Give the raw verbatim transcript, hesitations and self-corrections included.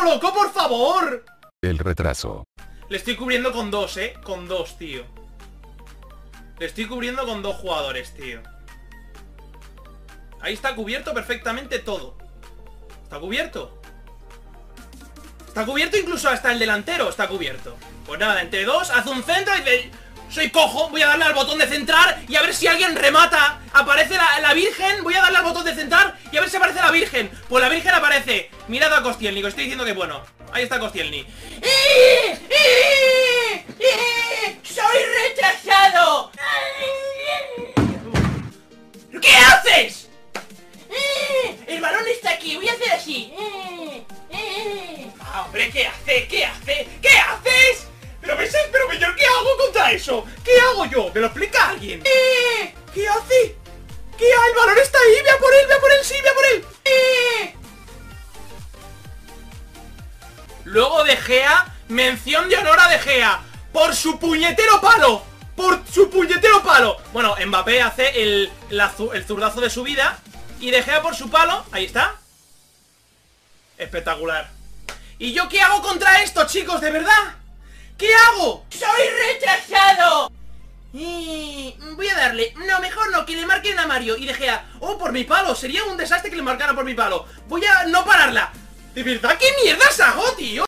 loco, por favor! El retraso. Le estoy cubriendo con dos, eh. Con dos, tío. Le estoy cubriendo con dos jugadores, tío. Ahí está cubierto perfectamente todo. ¿Está cubierto? Está cubierto incluso hasta el delantero. Está cubierto. Pues nada, entre dos, hace un centro y dice... Soy cojo, voy a darle al botón de centrar y a ver si alguien remata. Aparece la, la Virgen, voy a darle al botón de centrar y a ver si aparece la Virgen. Pues la Virgen aparece. Mirad a Koscielny, que os estoy diciendo que bueno. Ahí está Koscielny. ¡Eh! ¡Eh! ¡Eh! ¡Soy retrasado! ¿Qué haces? ¡Eh! El balón está aquí, voy a hacer así. ¡Eh! ¡Eh! Ah, hombre, ¿qué hace? ¿Qué hace? ¿Qué haces? Pero me pero yo, ¿qué hago contra eso? ¿Qué hago yo? ¿Me lo explica alguien? ¡Eh! ¿Qué hace? ¿Qué hace? El balón está ahí, ve a por él, ve a por él, sí, ve a por él. ¡Eh! Luego De Gea, mención de honor a De Gea, por su puñetero palo, por su puñetero palo. Bueno, Mbappé hace el, la, el zurdazo de su vida y De Gea por su palo, ahí está. Espectacular. ¿Y yo qué hago contra esto, chicos? ¿De verdad? ¿Qué hago? ¡Soy retrasado! Eh, voy a darle... No, mejor no, que le marquen a Mario. Y De Gea, oh, por mi palo. Sería un desastre que le marcara por mi palo. Voy a no pararla. ¿De verdad qué mierdas hago, tío?